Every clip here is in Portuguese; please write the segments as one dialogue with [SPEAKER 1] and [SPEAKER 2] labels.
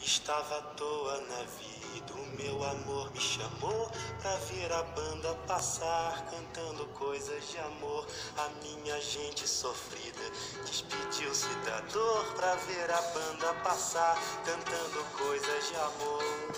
[SPEAKER 1] Estava à toa na vida, o meu amor me chamou pra ver a banda passar, cantando coisas de amor. A minha gente sofrida despediu-se da dor pra ver a banda passar, cantando coisas de amor.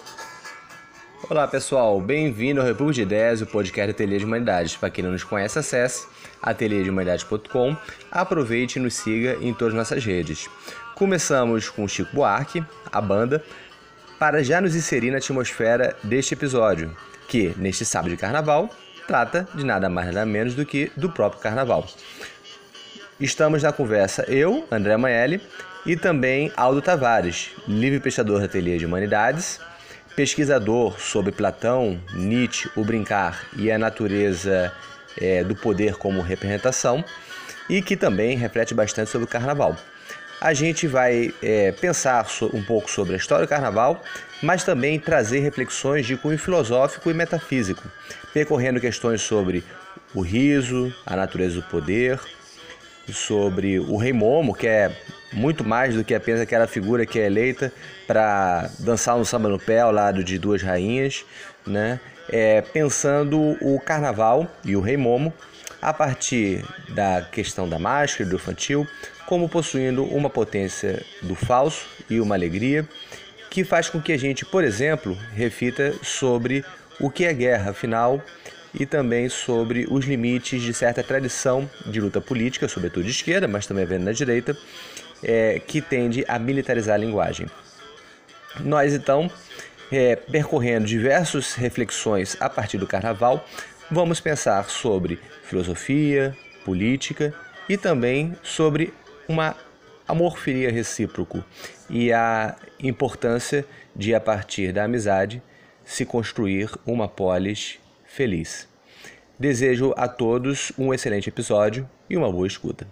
[SPEAKER 2] Olá pessoal, bem-vindo ao República de Ideias, o podcast Ateliê de Humanidades. Para quem não nos conhece, acesse ateliêdehumanidades.com, aproveite e nos siga em todas as nossas redes. Começamos com Chico Buarque, a banda, para já nos inserir na atmosfera deste episódio, que, neste sábado de carnaval, trata de nada mais nada menos do que do próprio carnaval. Estamos na conversa eu, André Manelli, e também Aldo Tavares, livre pesquisador do Ateliê de Humanidades, pesquisador sobre Platão, Nietzsche, o brincar e a natureza do poder como representação, e que também reflete bastante sobre o carnaval. A gente vai pensar um pouco sobre a história do carnaval, mas também trazer reflexões de cunho filosófico e metafísico, percorrendo questões sobre o riso, a natureza do poder, sobre o Rei Momo, que é muito mais do que apenas aquela figura que é eleita para dançar um samba no pé ao lado de duas rainhas, né? Pensando o carnaval e o Rei Momo a partir da questão da máscara e do infantil, como possuindo uma potência do falso e uma alegria, que faz com que a gente, por exemplo, reflita sobre o que é guerra, afinal, e também sobre os limites de certa tradição de luta política, sobretudo de esquerda, mas também vendo na direita, que tende a militarizar a linguagem. Nós, então, percorrendo diversas reflexões a partir do carnaval, vamos pensar sobre filosofia, política e também sobre uma amor-filia recíproco e a importância de, a partir da amizade, se construir uma polis feliz. Desejo a todos um excelente episódio e uma boa escuta.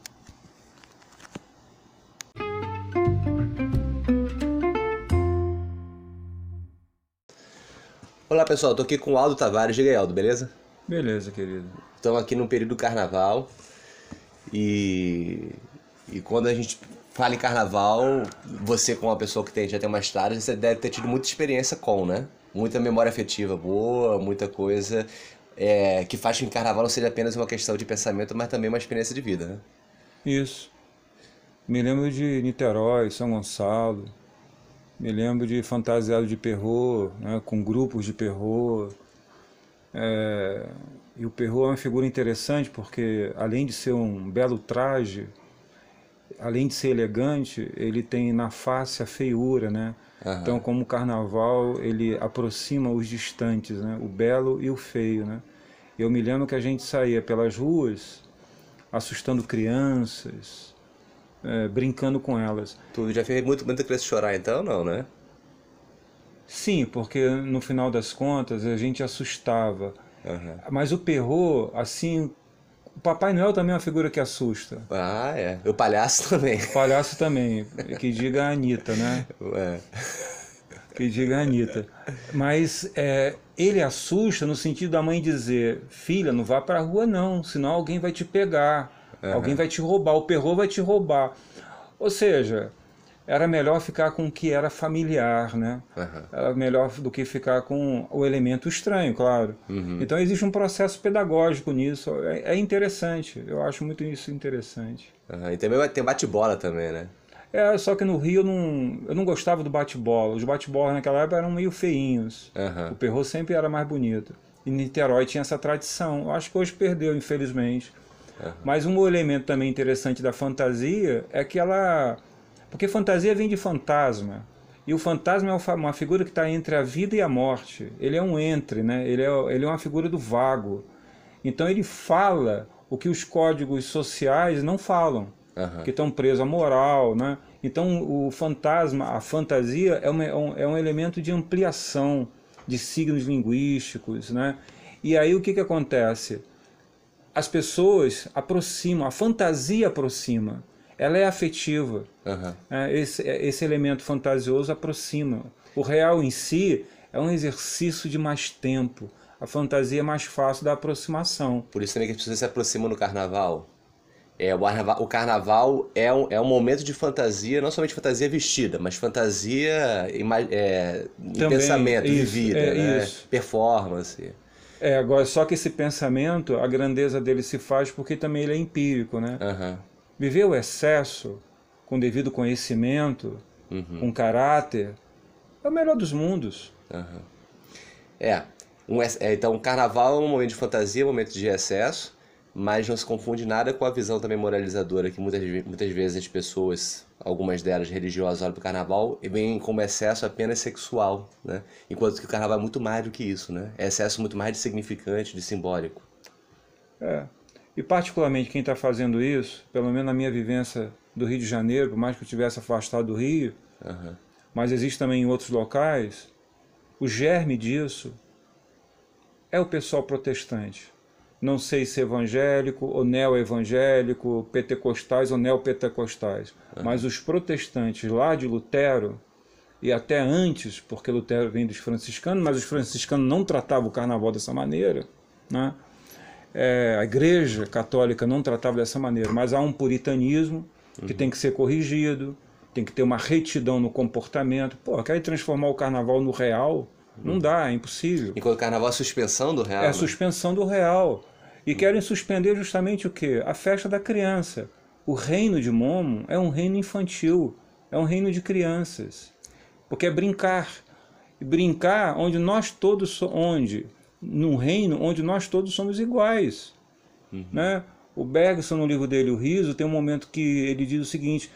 [SPEAKER 2] Olá pessoal, estou aqui com o Aldo Tavares. Diga aí, Aldo, beleza?
[SPEAKER 3] Beleza, querido.
[SPEAKER 2] Estamos aqui no período do carnaval e quando a gente fala em carnaval, você como uma pessoa que já tem uma história, você deve ter tido muita experiência com, né? Muita memória afetiva boa, muita coisa que faz com que o carnaval não seja apenas uma questão de pensamento, mas também uma experiência de vida, né?
[SPEAKER 3] Isso. Me lembro de Niterói, São Gonçalo, me lembro de fantasiado de Perrault, né, com grupos de Perrault. E o Perrault é uma figura interessante porque, além de ser um belo traje, além de ser elegante, ele tem na face a feiura, né? Uhum. Então, como o carnaval, ele aproxima os distantes, né? O belo e o feio, né? Eu me lembro que a gente saía pelas ruas assustando crianças, brincando com elas.
[SPEAKER 2] Tu já fez muita criança chorar então, não, né?
[SPEAKER 3] Sim, porque no final das contas a gente assustava. Uhum. Mas o Perrault, assim, o Papai Noel também é uma figura que assusta.
[SPEAKER 2] Ah, é. O palhaço também.
[SPEAKER 3] O palhaço também, que diga a Anitta, né? Que diga a Anitta. Mas ele assusta no sentido da mãe dizer: filha, não vá para a rua não, senão alguém vai te pegar, alguém vai te roubar, o Perrault vai te roubar. Ou seja, era melhor ficar com o que era familiar, né? Era melhor do que ficar com o elemento estranho, claro. Então existe um processo pedagógico nisso, é interessante, eu acho muito isso interessante.
[SPEAKER 2] E também tem bate-bola também, né?
[SPEAKER 3] Só que no Rio eu não gostava do bate-bola, os bate-bola naquela época eram meio feinhos, o Perrault sempre era mais bonito. E Niterói tinha essa tradição, eu acho que hoje perdeu, infelizmente. Mas um elemento também interessante da fantasia é que porque fantasia vem de fantasma, e o fantasma é uma figura que está entre a vida e a morte. Ele é um entre, né? Ele é uma figura do vago. Então ele fala o que os códigos sociais não falam, que estão presos à moral, né? Então o fantasma, a fantasia é um elemento de ampliação de signos linguísticos, né? E aí o que acontece? As pessoas aproximam, a fantasia aproxima. Ela é afetiva. Esse elemento fantasioso aproxima. O real em si é um exercício de mais tempo. A fantasia é mais fácil da aproximação.
[SPEAKER 2] Por isso também que as pessoas se aproximam no carnaval. O carnaval é um momento de fantasia, não somente fantasia vestida, mas fantasia de pensamento, de vida, né?
[SPEAKER 3] Isso.
[SPEAKER 2] Performance.
[SPEAKER 3] Agora, só que esse pensamento, a grandeza dele se faz porque também ele é empírico, né? Viver o excesso, com devido conhecimento, com caráter, é o melhor dos mundos.
[SPEAKER 2] Então o carnaval é um momento de fantasia, um momento de excesso, mas não se confunde nada com a visão também moralizadora que muitas vezes as pessoas, algumas delas religiosas, olham para o carnaval e veem como excesso apenas sexual, né? Enquanto que o carnaval é muito mais do que isso, né? É excesso muito mais de significante, de simbólico.
[SPEAKER 3] E particularmente quem está fazendo isso, pelo menos na minha vivência do Rio de Janeiro, por mais que eu tivesse afastado do Rio, mas existe também em outros locais, o germe disso é o pessoal protestante. Não sei se evangélico ou neo-evangélico, pentecostais ou neopentecostais, mas os protestantes lá de Lutero, e até antes, porque Lutero vem dos franciscanos, mas os franciscanos não tratavam o carnaval dessa maneira, né? A Igreja Católica não tratava dessa maneira, mas há um puritanismo que tem que ser corrigido, tem que ter uma retidão no comportamento. Quer transformar o carnaval no real? Não dá, é impossível.
[SPEAKER 2] Enquanto o carnaval é a suspensão do real.
[SPEAKER 3] É a suspensão do real. E querem suspender justamente o quê? A festa da criança. O reino de Momo é um reino infantil, é um reino de crianças. Porque é brincar. E brincar num reino onde nós todos somos iguais. Né? O Bergson, no livro dele, O Riso, tem um momento que ele diz o seguinte,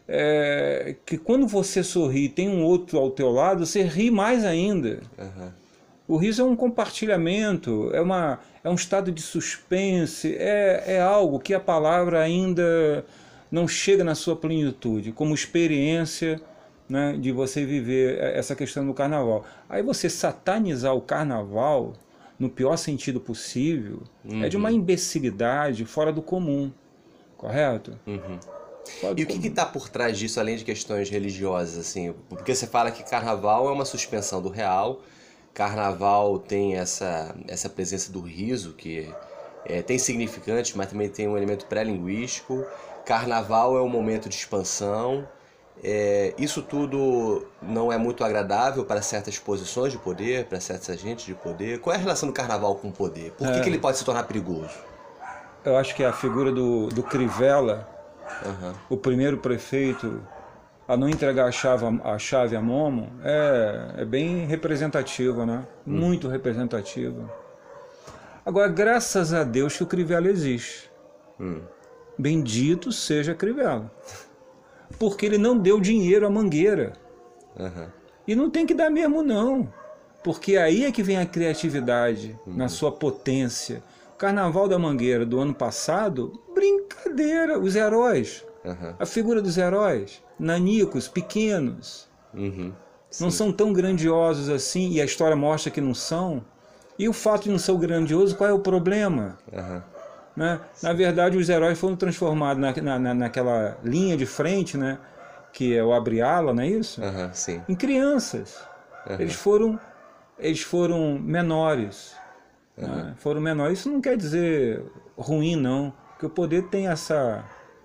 [SPEAKER 3] que quando você sorri e tem um outro ao teu lado, você ri mais ainda. O riso é um compartilhamento, é um estado de suspense, é algo que a palavra ainda não chega na sua plenitude, como experiência, né, de você viver essa questão do carnaval. Aí você satanizar o carnaval, no pior sentido possível, é de uma imbecilidade fora do comum, correto?
[SPEAKER 2] E o que está por trás disso, além de questões religiosas, assim? Porque você fala que carnaval é uma suspensão do real, carnaval tem essa presença do riso, que tem significante, mas também tem um elemento pré-linguístico. Carnaval é um momento de expansão. Isso tudo não é muito agradável para certas posições de poder, para certos agentes de poder. Qual é a relação do carnaval com o poder? Por que ele pode se tornar perigoso?
[SPEAKER 3] Eu acho que a figura do Crivella, o primeiro prefeito a não entregar a chave a Momo, é bem representativa, né? Muito representativa. Agora, graças a Deus que o Crivella existe. Bendito seja Crivella. Porque ele não deu dinheiro à Mangueira. E não tem que dar mesmo, não. Porque aí é que vem a criatividade, na sua potência. O Carnaval da Mangueira do ano passado, brincadeira, os heróis. A figura dos heróis, nanicos, pequenos. Não são tão grandiosos assim, e a história mostra que não são. E o fato de não ser grandioso, qual é o problema? Né? Na verdade, os heróis foram transformados naquela linha de frente, né? Que é o abre-ala, não é isso?
[SPEAKER 2] Sim.
[SPEAKER 3] Em crianças. Eles foram menores. Né? Foram menores. Isso não quer dizer ruim, não. Porque o poder tem essa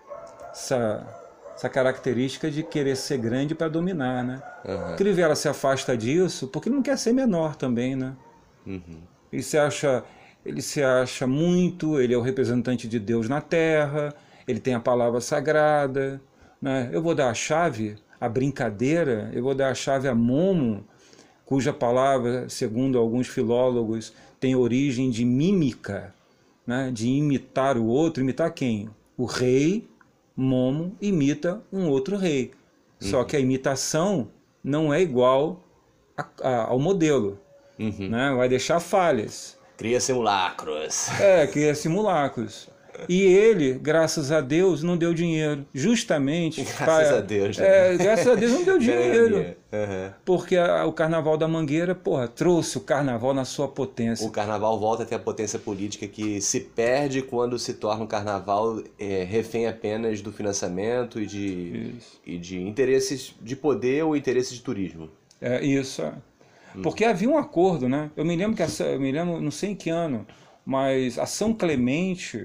[SPEAKER 3] característica de querer ser grande para dominar, né? Crivella se afasta disso porque ele não quer ser menor também, né? Ele se acha muito, ele é o representante de Deus na Terra, ele tem a palavra sagrada, né? Eu vou dar a chave, a brincadeira, eu vou dar a chave a Momo, cuja palavra, segundo alguns filólogos, tem origem de mímica, né? De imitar o outro. Imitar quem? O rei Momo imita um outro rei. Só que a imitação não é igual ao modelo. Né? Vai deixar falhas.
[SPEAKER 2] Cria simulacros.
[SPEAKER 3] Cria simulacros. E ele, graças a Deus, não deu dinheiro. Justamente...
[SPEAKER 2] Graças a Deus. Né?
[SPEAKER 3] Graças a Deus não deu dinheiro. Porque o Carnaval da Mangueira, trouxe o Carnaval na sua potência.
[SPEAKER 2] O Carnaval volta a ter a potência política que se perde quando se torna um Carnaval refém apenas do financiamento e de interesses de poder ou interesses de turismo.
[SPEAKER 3] Isso. Porque havia um acordo, né? Eu me lembro, não sei em que ano, mas a São Clemente,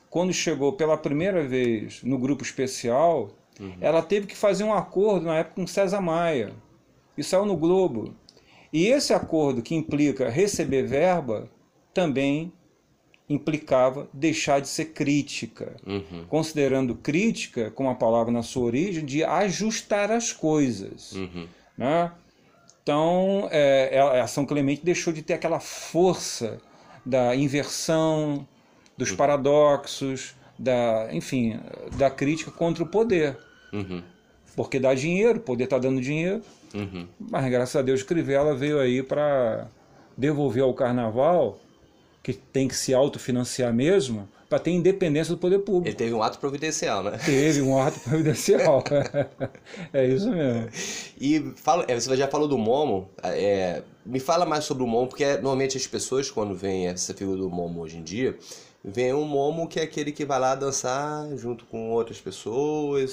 [SPEAKER 3] quando chegou pela primeira vez no grupo especial, ela teve que fazer um acordo na época com César Maia. E saiu no Globo. E esse acordo que implica receber verba também implicava deixar de ser crítica. Considerando crítica, como a palavra na sua origem, de ajustar as coisas. Né? Então, a São Clemente deixou de ter aquela força da inversão, dos paradoxos, enfim, da crítica contra o poder. Porque dá dinheiro, o poder está dando dinheiro. Mas, graças a Deus, Crivella veio aí para devolver ao carnaval, que tem que se autofinanciar mesmo, para ter independência do poder público.
[SPEAKER 2] Ele teve um ato providencial, né?
[SPEAKER 3] Teve um ato providencial. É isso mesmo.
[SPEAKER 2] E você já falou do Momo. Me fala mais sobre o Momo, porque normalmente as pessoas, quando veem essa figura do Momo hoje em dia, veem um Momo que é aquele que vai lá dançar junto com outras pessoas,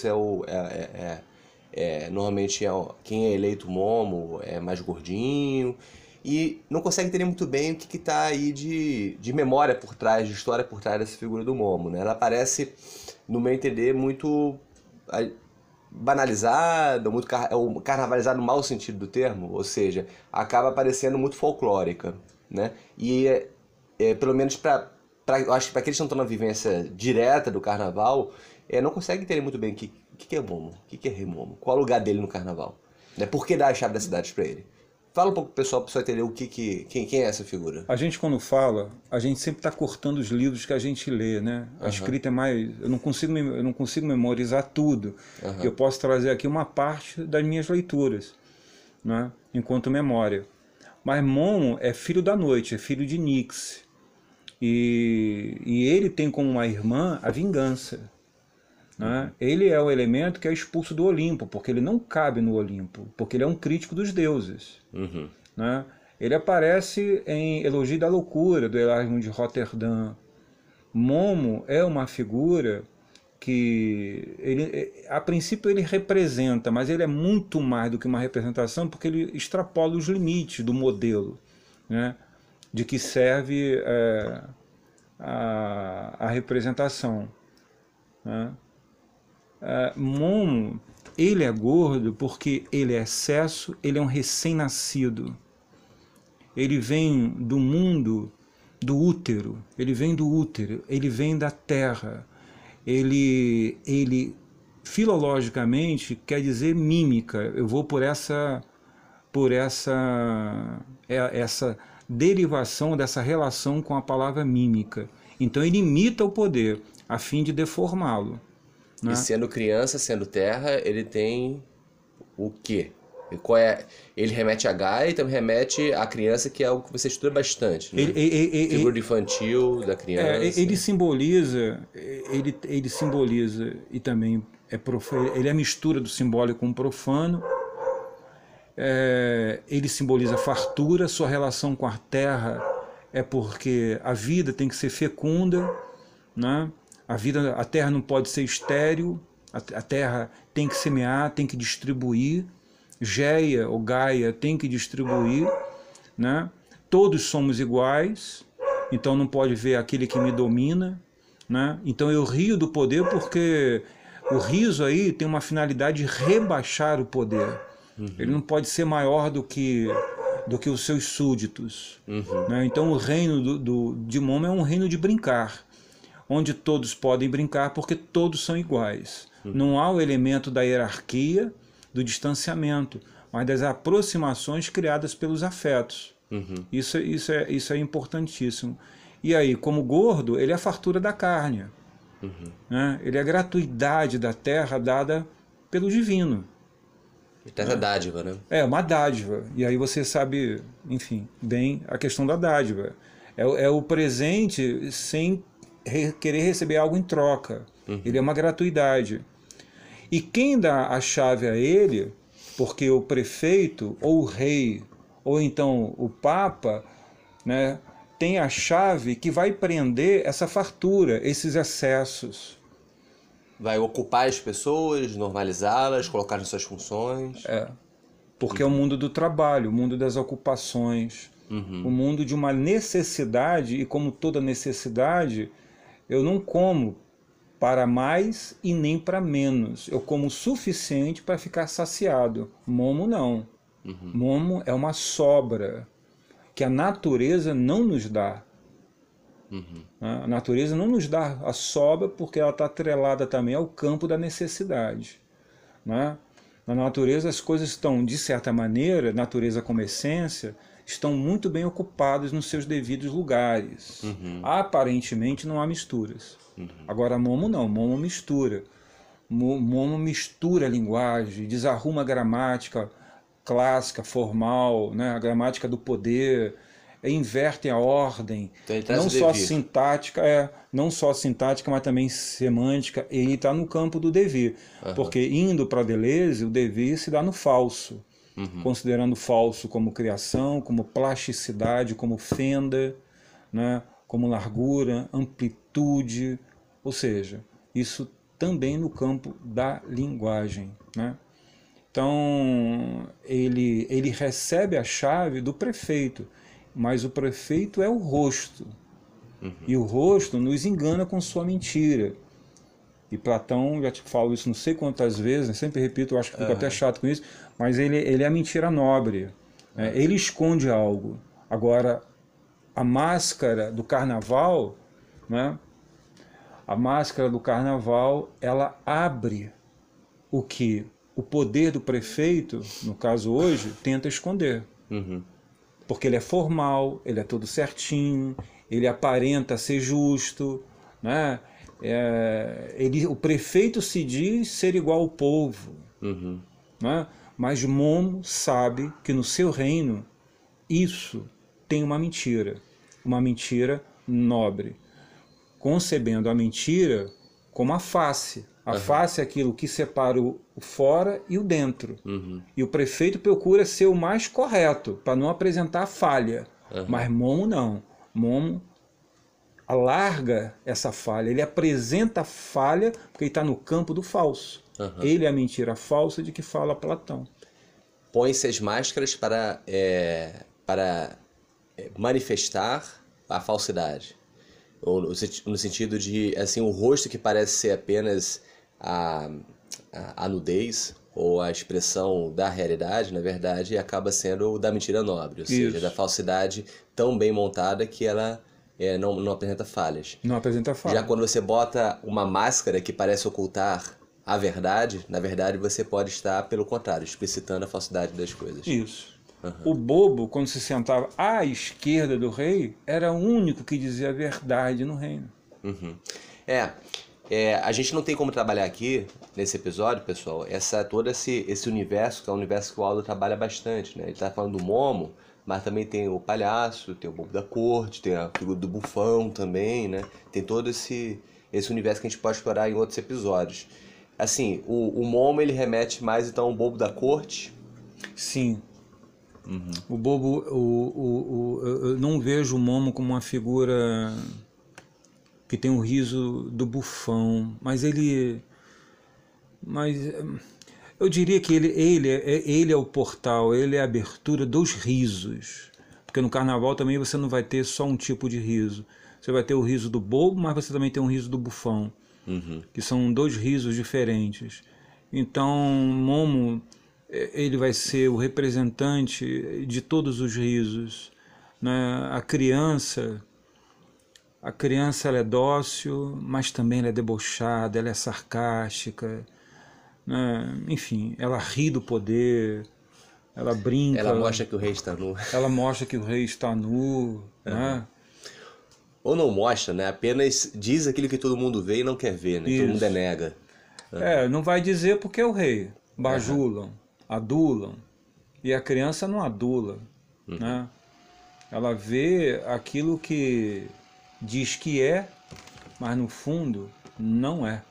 [SPEAKER 2] normalmente quem é eleito Momo é mais gordinho, e não consegue entender muito bem o que está aí de memória por trás, de história por trás dessa figura do Momo, né? Ela parece, no meu entender, muito banalizada, muito carnavalizada no mau sentido do termo, ou seja, acaba parecendo muito folclórica, né? E pelo menos eu acho que para aqueles que não estão na vivência direta do carnaval, não consegue entender muito bem o que é Momo, o que é Rei Momo, qual é o lugar dele no carnaval, né? Por que dar a chave da cidade para ele? Fala um pouco pro pessoal, para o pessoal entender quem é essa figura.
[SPEAKER 3] A gente, quando fala, a gente sempre está cortando os livros que a gente lê, né? A escrita é mais... Eu não consigo memorizar tudo. Eu posso trazer aqui uma parte das minhas leituras, né? Enquanto memória. Mas Momo é filho da noite, é filho de Nix. E ele tem como uma irmã a vingança. Né? Ele é o elemento que é expulso do Olimpo, porque ele não cabe no Olimpo, porque ele é um crítico dos deuses. Né? Ele aparece em Elogio da Loucura, do Erasmo de Roterdã. Momo é uma figura que, a princípio, ele representa, mas ele é muito mais do que uma representação, porque ele extrapola os limites do modelo, né? De que serve a representação. Né? Momo, ele é gordo porque ele é excesso, ele é um recém-nascido. Ele vem do mundo do útero, ele vem da terra. Ele filologicamente quer dizer mímica. Eu vou por essa derivação dessa relação com a palavra mímica. Então ele imita o poder a fim de deformá-lo. Né?
[SPEAKER 2] E sendo criança, sendo terra, ele tem o quê? Ele remete a Gaia e também remete à criança, que é algo que você estuda bastante, né? Figura infantil da criança.
[SPEAKER 3] Ele simboliza e também ele é a mistura do simbólico com o profano. Ele simboliza fartura, sua relação com a terra é porque a vida tem que ser fecunda, né? A terra não pode ser estéril, a terra tem que semear, tem que distribuir, Geia ou Gaia tem que distribuir, né? Todos somos iguais, então não pode ver aquele que me domina, né? Então eu rio do poder porque o riso aí tem uma finalidade de rebaixar o poder. Ele não pode ser maior do que os seus súditos. Né? Então o reino de Momo é um reino de brincar, onde todos podem brincar porque todos são iguais. Não há o elemento da hierarquia, do distanciamento, mas das aproximações criadas pelos afetos. Isso é importantíssimo. E aí, como gordo, ele é a fartura da carne. Né? Ele é a gratuidade da terra dada pelo divino.
[SPEAKER 2] Essa dádiva, né?
[SPEAKER 3] É uma dádiva. E aí você sabe, enfim, bem a questão da dádiva. É o presente sem querer receber algo em troca. Ele é uma gratuidade. E quem dá a chave a ele, porque o prefeito, ou o rei, ou então o papa, né, tem a chave que vai prender essa fartura, esses excessos.
[SPEAKER 2] Vai ocupar as pessoas, normalizá-las, colocar em suas funções.
[SPEAKER 3] Porque é o mundo do trabalho, o mundo das ocupações, o mundo de uma necessidade, e como toda necessidade, eu não como para mais e nem para menos. Eu como o suficiente para ficar saciado. Momo não. Momo é uma sobra que a natureza não nos dá. A natureza não nos dá a sobra porque ela está atrelada também ao campo da necessidade. Na natureza as coisas estão, de certa maneira, natureza como essência, estão muito bem ocupadas nos seus devidos lugares. Aparentemente não há misturas. Agora Momo não, Momo mistura. Momo mistura a linguagem, desarruma a gramática clássica, formal, né? A gramática do poder, inverte a ordem, então não só sintática, mas também semântica, e ele está no campo do devir. Porque indo para Deleuze, o devir se dá no falso, considerando o falso como criação, como plasticidade, como fenda, né? Como largura, amplitude, ou seja, isso também no campo da linguagem, né? Então, ele recebe a chave do prefeito, mas o prefeito é o rosto, e o rosto nos engana com sua mentira. E Platão, já te falo isso não sei quantas vezes, sempre repito, eu acho que fico até chato com isso, mas ele é a mentira nobre, né? Ele esconde algo. Agora, a máscara do carnaval, né? A máscara do carnaval, ela abre o que o poder do prefeito, no caso hoje, tenta esconder. Porque ele é formal, ele é todo certinho, ele aparenta ser justo, né? O prefeito se diz ser igual ao povo, né? Mas Momo sabe que no seu reino isso tem uma mentira nobre, concebendo a mentira como a face. A face é aquilo que separa o fora e o dentro. E o prefeito procura ser o mais correto, para não apresentar falha. Mas Momo não. Momo alarga essa falha, ele apresenta a falha porque ele está no campo do falso. Ele é a mentira falsa de que fala Platão.
[SPEAKER 2] Põe-se as máscaras para manifestar a falsidade. Ou no sentido de, assim, o rosto que parece ser apenas a nudez ou a expressão da realidade, na verdade, acaba sendo o da mentira nobre, ou seja, da falsidade tão bem montada que ela não apresenta falhas.
[SPEAKER 3] Não apresenta falhas.
[SPEAKER 2] Já quando você bota uma máscara que parece ocultar a verdade, na verdade você pode estar, pelo contrário, explicitando a falsidade das coisas.
[SPEAKER 3] Isso. O bobo, quando se sentava à esquerda do rei, era o único que dizia a verdade no reino.
[SPEAKER 2] A gente não tem como trabalhar aqui, nesse episódio, pessoal, todo esse universo, que é um universo que o Aldo trabalha bastante, né? Ele está falando do Momo, mas também tem o palhaço, tem o bobo da corte, tem a figura do bufão também, né? Tem todo esse universo que a gente pode explorar em outros episódios. Assim, o Momo, ele remete mais, então, ao bobo da corte?
[SPEAKER 3] Sim. O bobo, eu não vejo o Momo como uma figura que tem o riso do bufão, mas eu diria que ele é o portal, ele é a abertura dos risos, porque no carnaval também você não vai ter só um tipo de riso, você vai ter o riso do bobo, mas você também tem um riso do bufão, que são dois risos diferentes. Então Momo, ele vai ser o representante de todos os risos, né? A criança ela é dócil, mas também ela é debochada, ela é sarcástica, né? Enfim, ela ri do poder, ela brinca.
[SPEAKER 2] Ela mostra que o rei está nu.
[SPEAKER 3] Ela mostra que o rei está nu, né?
[SPEAKER 2] Ou não mostra, né? Apenas diz aquilo que todo mundo vê e não quer ver, né? Todo mundo denega.
[SPEAKER 3] Não vai dizer porque é o rei. Bajulam, adulam, e a criança não adula, né? Ela vê aquilo que diz que é, mas no fundo não é.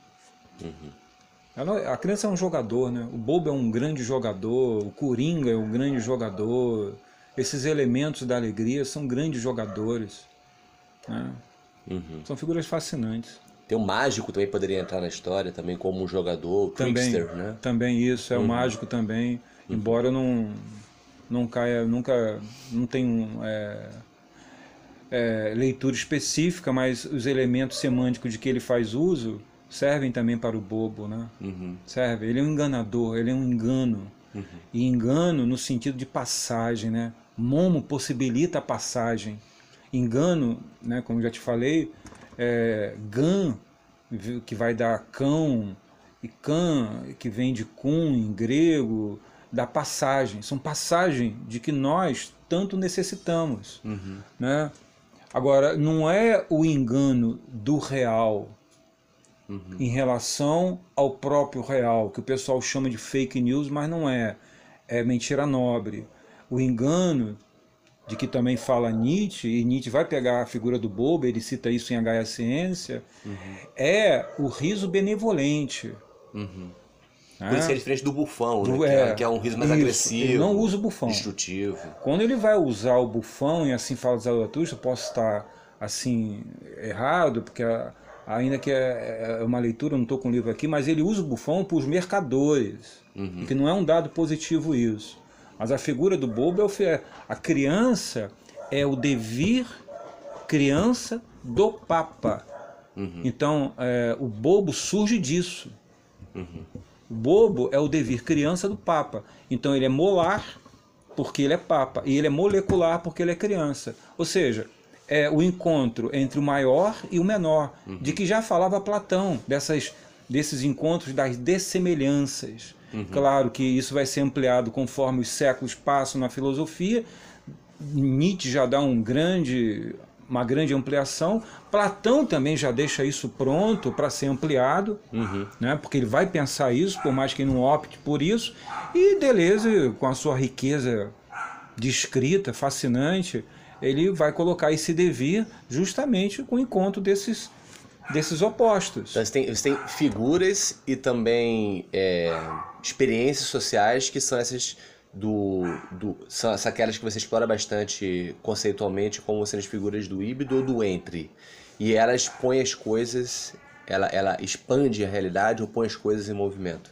[SPEAKER 3] A criança é um jogador, né? O bobo é um grande jogador, o coringa é um grande jogador, esses elementos da alegria são grandes jogadores, né? São figuras fascinantes.
[SPEAKER 2] Tem o mágico também poderia entrar na história, também como um jogador, o trickster, né?
[SPEAKER 3] Também isso, é o mágico também, embora não caia, nunca, não tem leitura específica, mas os elementos semânticos de que ele faz uso servem também para o bobo, né? Serve. Ele é um enganador, ele é um engano. E engano no sentido de passagem, né? Momo possibilita a passagem. Engano, né, como já te falei, gan, que vai dar cão, e can, que vem de cum em grego, da passagem. São passagem de que nós tanto necessitamos. Né? Agora, não é o engano do real em relação ao próprio real, que o pessoal chama de fake news, mas não é. É mentira nobre. O engano, de que também fala Nietzsche, e Nietzsche vai pegar a figura do bobo, ele cita isso em Gaia Ciência, é o riso benevolente.
[SPEAKER 2] Por isso que é diferente do bufão, né? Que é um riso mais agressivo.
[SPEAKER 3] Ele não usa o bufão.
[SPEAKER 2] Destrutivo.
[SPEAKER 3] Quando ele vai usar o bufão, e assim fala Zaratustra, eu posso estar assim errado, porque ainda que é uma leitura, eu não estou com o livro aqui, mas ele usa o bufão para os mercadores, que não é um dado positivo isso. Mas a figura do bobo a criança é o devir criança do Papa. Então, o bobo surge disso. O bobo é o devir criança do Papa. Então, ele é molar porque ele é Papa. E ele é molecular porque ele é criança. Ou seja, é o encontro entre o maior e o menor, de que já falava Platão, desses encontros das dessemelhanças. Claro que isso vai ser ampliado conforme os séculos passam na filosofia. Nietzsche já dá uma grande ampliação. Platão também já deixa isso pronto para ser ampliado, né? Porque ele vai pensar isso, por mais que não opte por isso. E Deleuze, com a sua riqueza de escrita fascinante, ele vai colocar esse devir justamente com o encontro desses opostos.
[SPEAKER 2] Então você tem figuras e também experiências sociais que são essas são aquelas que você explora bastante conceitualmente, como sendo as figuras do híbrido ou do entre. E elas põem as coisas, ela expande a realidade ou põe as coisas em movimento.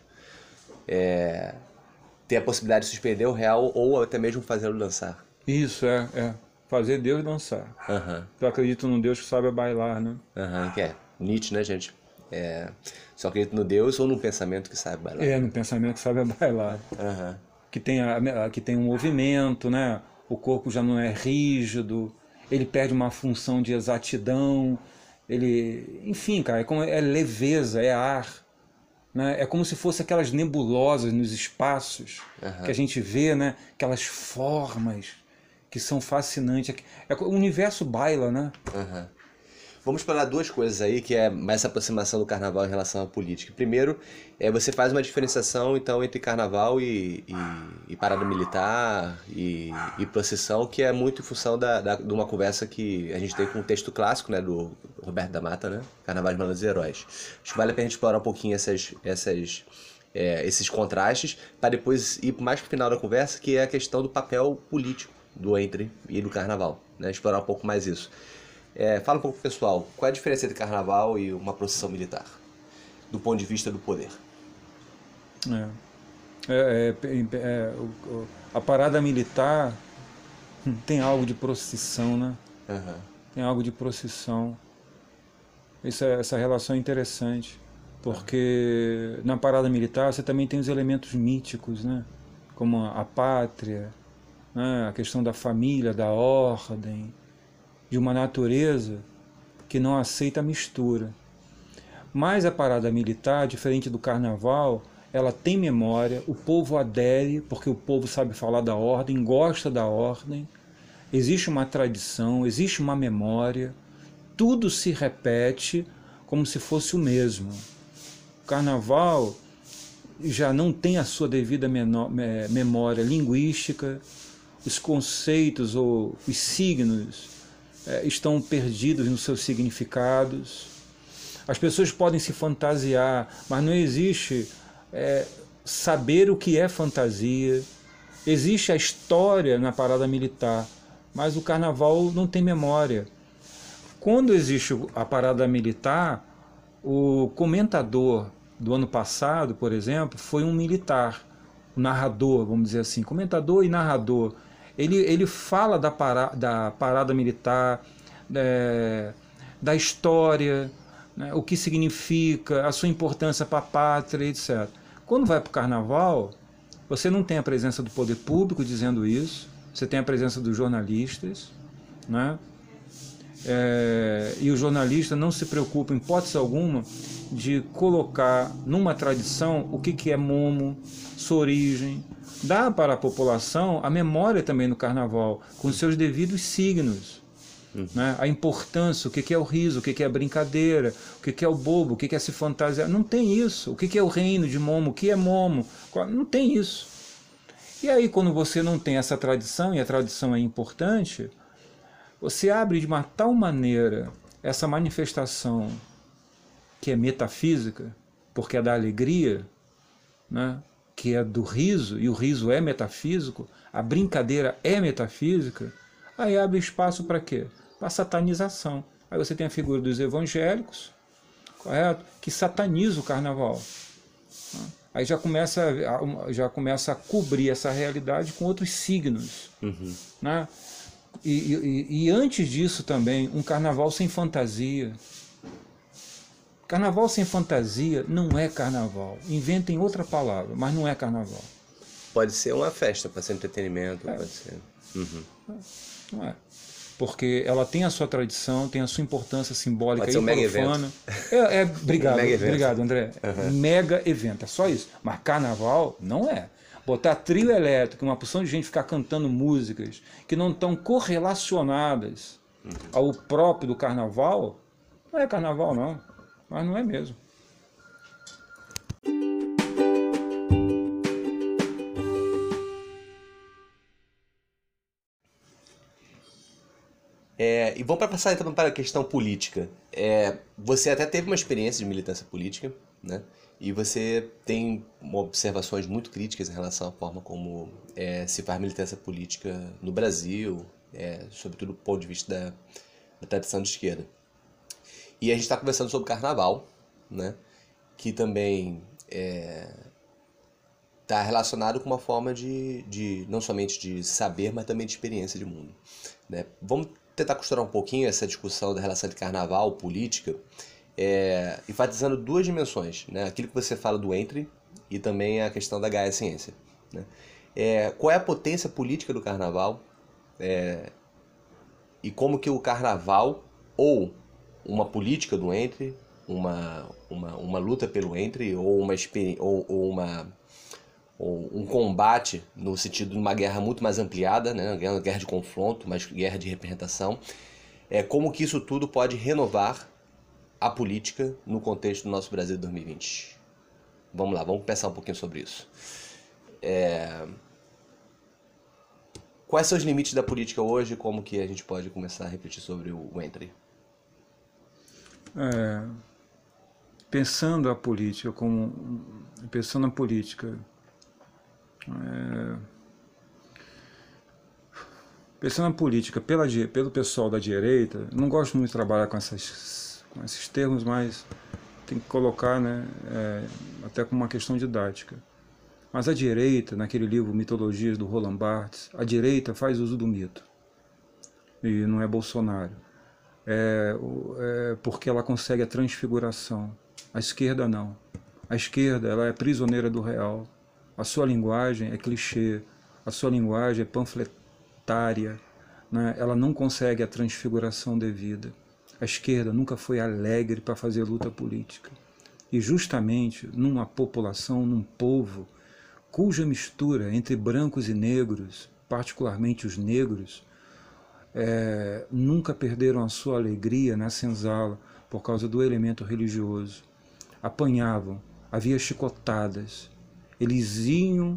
[SPEAKER 2] Tem a possibilidade de suspender o real ou até mesmo fazê-lo dançar.
[SPEAKER 3] Isso, fazer Deus dançar. Eu acredito num Deus que sabe bailar, né?
[SPEAKER 2] Que é Nietzsche, né, gente? Só acredito no Deus ou no pensamento que sabe bailar?
[SPEAKER 3] No pensamento que sabe bailar. Que tem um movimento, né? O corpo já não é rígido, ele perde uma função de exatidão, enfim, cara, é leveza, é ar, né? É como se fosse aquelas nebulosas nos espaços que a gente vê, né? Aquelas formas que são fascinantes. O universo baila, né?
[SPEAKER 2] Vamos explorar duas coisas aí, que é mais essa aproximação do carnaval em relação à política. Primeiro, você faz uma diferenciação então entre carnaval e parada militar e procissão, que é muito em função de uma conversa que a gente tem com um texto clássico, né, do Roberto da Mata, né? Carnaval de Malandros e Heróis. Acho que vale a pena explorar um pouquinho esses contrastes, para depois ir mais para o final da conversa, que é a questão do papel político do entre e do carnaval, né? Explorar um pouco mais isso. Fala um pouco pro pessoal, qual é a diferença entre carnaval e uma procissão militar, do ponto de vista do poder?
[SPEAKER 3] A parada militar tem algo de procissão, né? Tem algo de procissão. Essa relação é interessante, porque na parada militar você também tem os elementos míticos, né? Como a pátria, né? A questão da família, da ordem, de uma natureza que não aceita a mistura. Mas a parada militar, diferente do carnaval, ela tem memória, o povo adere, porque o povo sabe falar da ordem, gosta da ordem, existe uma tradição, existe uma memória, tudo se repete como se fosse o mesmo. O carnaval já não tem a sua devida memória linguística, os conceitos ou os signos estão perdidos nos seus significados. As pessoas podem se fantasiar, mas não existe saber o que é fantasia. Existe a história na parada militar, mas o carnaval não tem memória. Quando existe a parada militar, o comentador do ano passado, por exemplo, foi um militar, o narrador, vamos dizer assim, comentador e narrador. Ele fala da parada militar, da história, né, o que significa, a sua importância para a pátria, etc. Quando vai para o carnaval, você não tem a presença do poder público dizendo isso, você tem a presença dos jornalistas, né? E o jornalista não se preocupa, em hipótese alguma, de colocar numa tradição o que é momo, sua origem. Dá para a população a memória também no carnaval, com seus devidos signos. Né? A importância, o que é o riso, o que é a brincadeira, o que é o bobo, o que é se fantasiar. Não tem isso. O que é o reino de momo, o que é momo. Não tem isso. E aí, quando você não tem essa tradição, e a tradição é importante, você abre de uma tal maneira essa manifestação que é metafísica, porque é da alegria, né? Que é do riso, e o riso é metafísico, a brincadeira é metafísica, aí abre espaço para quê? Para satanização. Aí você tem a figura dos evangélicos, correto? Que sataniza o carnaval. Aí já começa a cobrir essa realidade com outros signos. Né? E antes disso também, um carnaval sem fantasia. Carnaval sem fantasia não é carnaval. Inventem outra palavra, mas não é carnaval.
[SPEAKER 2] Pode ser uma festa, pode ser entretenimento, pode ser.
[SPEAKER 3] Não é. Porque ela tem a sua tradição, tem a sua importância simbólica e profana. Obrigado, André. Mega evento, é só isso. Mas carnaval não é. Botar trio elétrico, uma porção de gente ficar cantando músicas que não estão correlacionadas ao próprio do carnaval, não é carnaval não, mas não é mesmo.
[SPEAKER 2] E vamos passar então para a questão política. Você até teve uma experiência de militância política, né? E você tem observações muito críticas em relação à forma como se faz militância política no Brasil, sobretudo do ponto de vista da tradição de esquerda. E a gente está conversando sobre carnaval, né? Que também está relacionado com uma forma de não somente de saber, mas também de experiência de mundo, né? Vamos tentar costurar um pouquinho essa discussão da relação entre carnaval e política, enfatizando duas dimensões, né? Aquilo que você fala do entre e também a questão da Gaia Ciência, né? Qual é a potência política do carnaval e como que o carnaval ou uma política do entre, uma luta pelo entre ou um combate no sentido de uma guerra muito mais ampliada, né? Uma guerra de confronto, mas guerra de representação, como que isso tudo pode renovar a política no contexto do nosso Brasil de 2020. Vamos lá, vamos pensar um pouquinho sobre isso. Quais são os limites da política hoje e como que a gente pode começar a refletir sobre o entre?
[SPEAKER 3] Pensando a política pelo pessoal da direita, não gosto muito de trabalhar com esses termos, mas tem que colocar, né, até como uma questão didática. Mas a direita, naquele livro Mitologias do Roland Barthes, a direita faz uso do mito. E não é Bolsonaro. Porque ela consegue a transfiguração. A esquerda não. A esquerda, ela é prisioneira do real. A sua linguagem é clichê, a sua linguagem é panfletária, né? Ela não consegue a transfiguração devida. A esquerda nunca foi alegre para fazer luta política. E justamente numa população, num povo, cuja mistura entre brancos e negros, particularmente os negros, nunca perderam a sua alegria na senzala por causa do elemento religioso. Apanhavam, havia chicotadas. Eles iam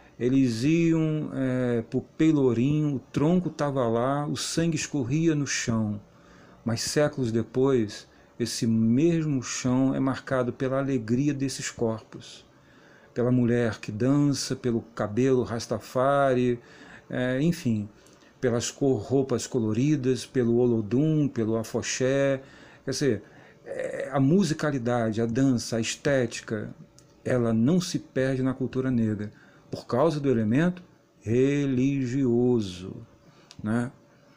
[SPEAKER 3] para o Pelourinho, o tronco estava lá, o sangue escorria no chão. Mas séculos depois, esse mesmo chão é marcado pela alegria desses corpos. Pela mulher que dança, pelo cabelo rastafari, enfim, pelas roupas coloridas, pelo olodum, pelo afoxé. Quer dizer, a musicalidade, a dança, a estética, ela não se perde na cultura negra, por causa do elemento religioso, né?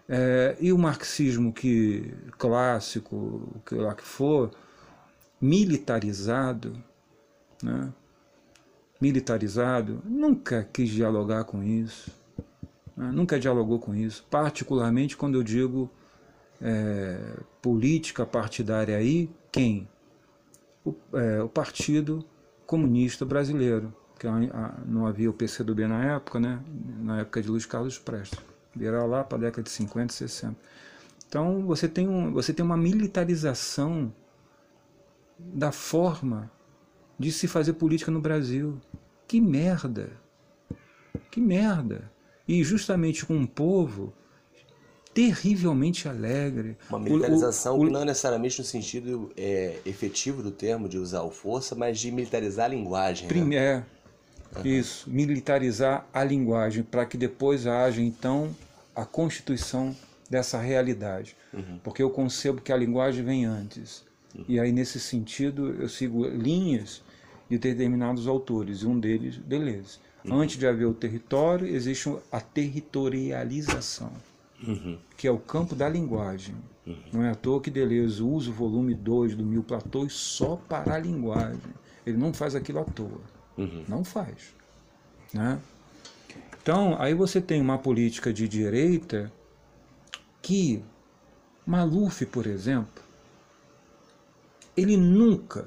[SPEAKER 3] E o marxismo clássico, o que lá que for, militarizado, né? Militarizado, nunca quis dialogar com isso, né? Nunca dialogou com isso, particularmente quando eu digo política partidária aí, quem? O Partido Comunista Brasileiro, que não havia o PCdoB na época, né? Na época de Luiz Carlos Prestes, virá lá para a década de 50 e 60. Então você tem uma militarização da forma de se fazer política no Brasil. Que merda! Que merda! E justamente com um povo terrivelmente alegre.
[SPEAKER 2] Uma militarização que não necessariamente no sentido efetivo do termo, de usar a força, mas de militarizar a linguagem.
[SPEAKER 3] Né? Isso, militarizar a linguagem, para que depois haja, então, a constituição dessa realidade. Porque eu concebo que a linguagem vem antes. E aí, nesse sentido, eu sigo linhas de determinados autores, e um deles, Deleuze. Antes de haver o território, existe a territorialização, que é o campo da linguagem. Não é à toa que Deleuze usa o volume 2 do Mil Platôs só para a linguagem. Ele não faz aquilo à toa. Não faz. Né? Então, aí você tem uma política de direita que, Maluf, por exemplo, ele nunca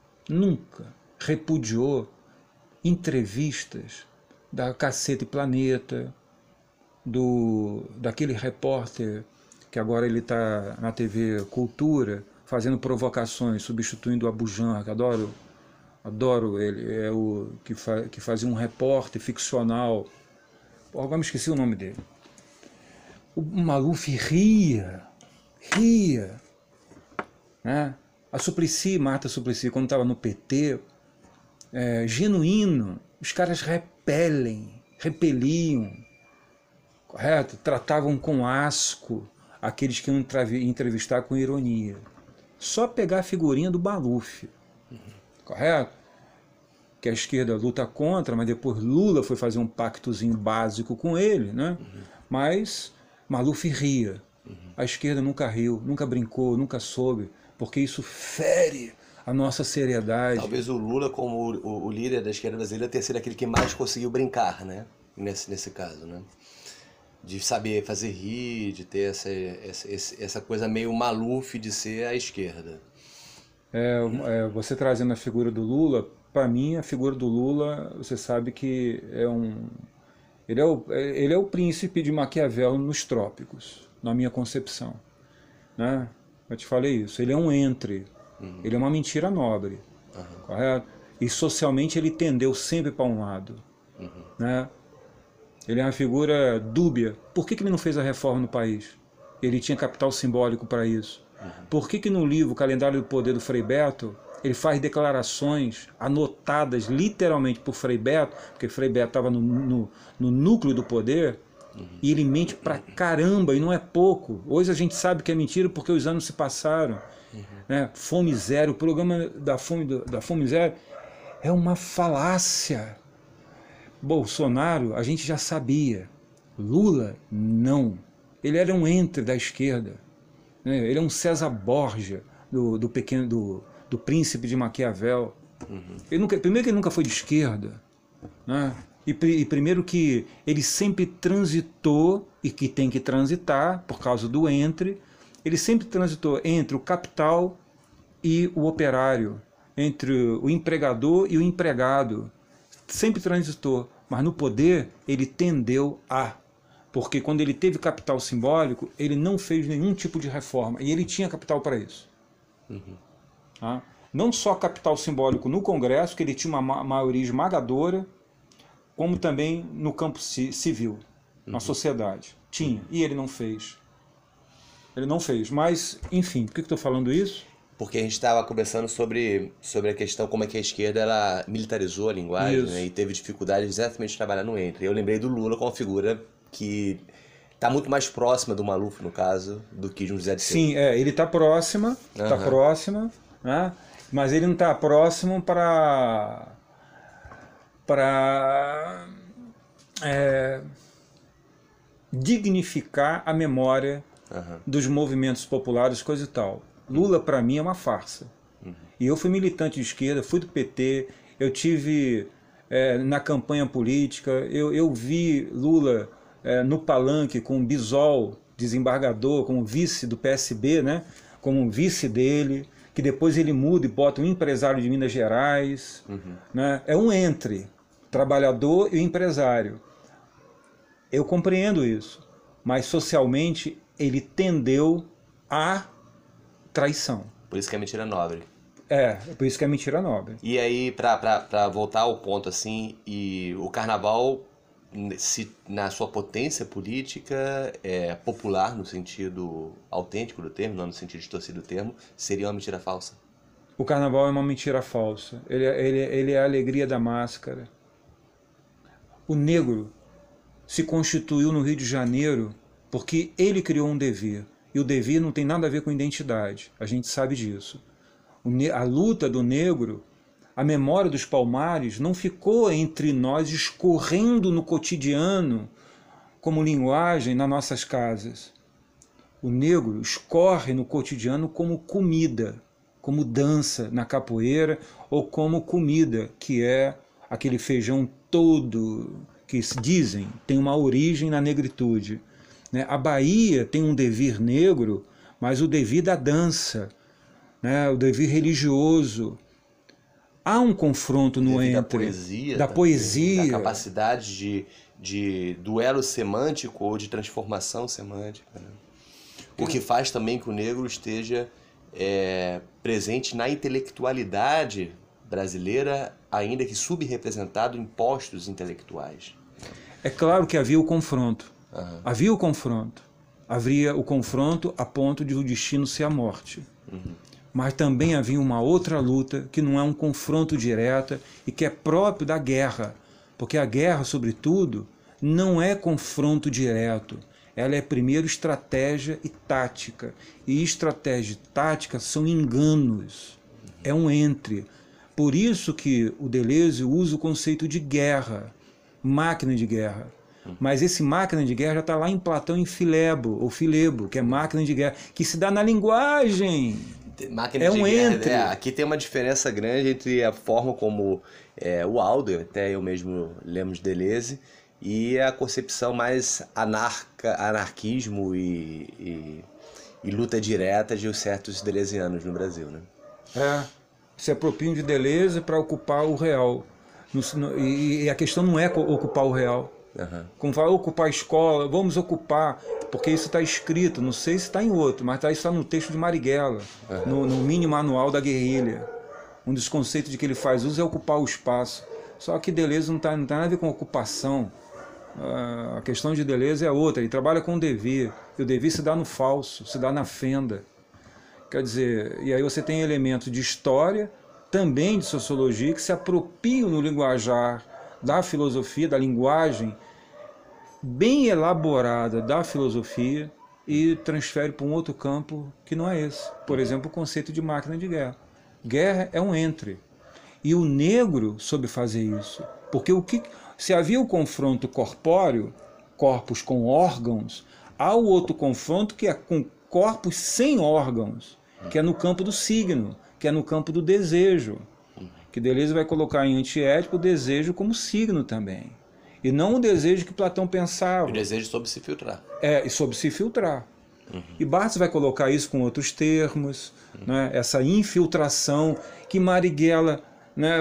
[SPEAKER 3] repudiou entrevistas da Cacete Planeta, daquele repórter que agora ele está na TV Cultura, fazendo provocações, substituindo o Abujan, que adoro ele, é o que fazia um repórter ficcional. Agora me esqueci o nome dele. O Maluf ria, né? A Suplicy, Marta Suplicy, quando estava no PT, genuíno, os caras repeliam, correto? Tratavam com asco aqueles que iam entrevistar com ironia. Só pegar a figurinha do Maluf, correto? Que a esquerda luta contra, mas depois Lula foi fazer um pactozinho básico com ele, né? Mas Maluf ria. A esquerda nunca riu, nunca brincou, nunca soube, porque isso fere a nossa seriedade.
[SPEAKER 2] Talvez o Lula, como o líder da esquerda brasileira, tenha sido aquele que mais conseguiu brincar, né? Nesse caso, né? De saber fazer rir, de ter essa coisa meio Maluf de ser a esquerda.
[SPEAKER 3] Você trazendo a figura do Lula, para mim a figura do Lula, você sabe que ele é o príncipe de Maquiavel nos trópicos, na minha concepção, né? Eu te falei isso, ele é um entre, ele é uma mentira nobre, correto? E socialmente ele tendeu sempre para um lado, né? Ele é uma figura dúbia. Por que ele não fez a reforma no país? Ele tinha capital simbólico para isso. Por que no livro Calendário do Poder do Frei Beto, ele faz declarações anotadas literalmente por Frei Beto, porque Frei Beto estava no núcleo do poder, e ele mente pra caramba, e não é pouco. Hoje a gente sabe que é mentira porque os anos se passaram. Né? Fome Zero, o programa da Fome Zero é uma falácia. Bolsonaro, a gente já sabia. Lula, não. Ele era um entre da esquerda. Né? Ele é um César Borgia, do príncipe de Maquiavel. Primeiro que ele nunca foi de esquerda, né? E primeiro que ele sempre transitou, e que tem que transitar, por causa do entre, ele sempre transitou entre o capital e o operário, entre o empregador e o empregado. Sempre transitou, mas no poder ele tendeu porque quando ele teve capital simbólico, ele não fez nenhum tipo de reforma, e ele tinha capital para isso. Tá? Não só capital simbólico no Congresso, que ele tinha uma maioria esmagadora, como também no campo civil, na sociedade. Tinha, e ele não fez. Ele não fez, mas, enfim, por que estou falando isso?
[SPEAKER 2] Porque a gente estava conversando sobre a questão como é que a esquerda ela militarizou a linguagem, né, e teve dificuldade exatamente de trabalhar no entre. Eu lembrei do Lula como uma figura que está muito mais próxima do Maluf, no caso, do que de um José de Sena.
[SPEAKER 3] Sim, ele está próxima, né? Mas ele não está próximo para dignificar a memória dos movimentos populares, coisa e tal. Lula, para mim, é uma farsa. E eu fui militante de esquerda, fui do PT, eu tive na campanha política, eu vi Lula no palanque com o Bisol, desembargador, como vice do PSB, né? Como vice dele, que depois ele muda e bota um empresário de Minas Gerais. Né? É um entre trabalhador e empresário. Eu compreendo isso, mas socialmente ele tendeu à traição.
[SPEAKER 2] Por isso que é mentira nobre.
[SPEAKER 3] Por isso que é mentira nobre.
[SPEAKER 2] E aí, pra voltar ao ponto, assim, e o carnaval, na sua potência política, popular no sentido autêntico do termo, não no sentido distorcido do termo, seria uma mentira falsa?
[SPEAKER 3] O carnaval é uma mentira falsa. Ele é a alegria da máscara. O negro se constituiu no Rio de Janeiro porque ele criou um devir. E o devir não tem nada a ver com identidade. A gente sabe disso. A luta do negro, a memória dos Palmares, não ficou entre nós escorrendo no cotidiano como linguagem nas nossas casas. O negro escorre no cotidiano como comida, como dança na capoeira ou como comida, que é aquele feijão todo que dizem tem uma origem na negritude. A Bahia tem um devir negro, mas o devir da dança, o devir religioso. Há um confronto no entre da poesia,
[SPEAKER 2] da capacidade de duelo semântico ou de transformação semântica, né? O que faz também que o negro esteja presente na intelectualidade brasileira, ainda que subrepresentado em postos intelectuais.
[SPEAKER 3] É claro que havia o confronto. Havia o confronto. Havia o confronto a ponto de o destino ser a morte. Mas também havia uma outra luta que não é um confronto direto e que é próprio da guerra. Porque a guerra, sobretudo, não é confronto direto. Ela é primeiro estratégia e tática. E estratégia e tática são enganos. É um entre. Por isso que o Deleuze usa o conceito de guerra, máquina de guerra. Mas esse máquina de guerra já está lá em Platão, em Filebo, ou Filebo, que é máquina de guerra, que se dá na linguagem.
[SPEAKER 2] Máquina de guerra, entre. Aqui tem uma diferença grande entre a forma como o Aldo, até eu mesmo lemos Deleuze, e a concepção mais anarquismo e luta direta de certos deleuzianos no Brasil, né?
[SPEAKER 3] Se apropriam de Deleuze para ocupar o real. E a questão não é ocupar o real. Como vai ocupar a escola, vamos ocupar, porque isso está escrito, não sei se está em outro, mas isso está no texto de Marighella, no mini manual da guerrilha. Um dos conceitos de que ele faz uso é ocupar o espaço. Só que Deleuze não tem nada a ver com ocupação. A questão de Deleuze é outra, ele trabalha com o devir, e o devir se dá no falso, se dá na fenda. Quer dizer, e aí você tem elementos de história, também de sociologia, que se apropriam no linguajar da filosofia, da linguagem bem elaborada da filosofia e transfere para um outro campo que não é esse. Por exemplo, o conceito de máquina de guerra. Guerra é um entre. E o negro soube fazer isso. Porque se havia o confronto corpóreo, corpos com órgãos, há o outro confronto que é com corpos sem órgãos, que é no campo do signo, que é no campo do desejo. Que Deleuze vai colocar em Antiédipo o desejo como signo também. E não o desejo que Platão pensava.
[SPEAKER 2] O desejo soube se filtrar.
[SPEAKER 3] E soube se filtrar. E Barthes vai colocar isso com outros termos, né? Essa infiltração que Marighella, né,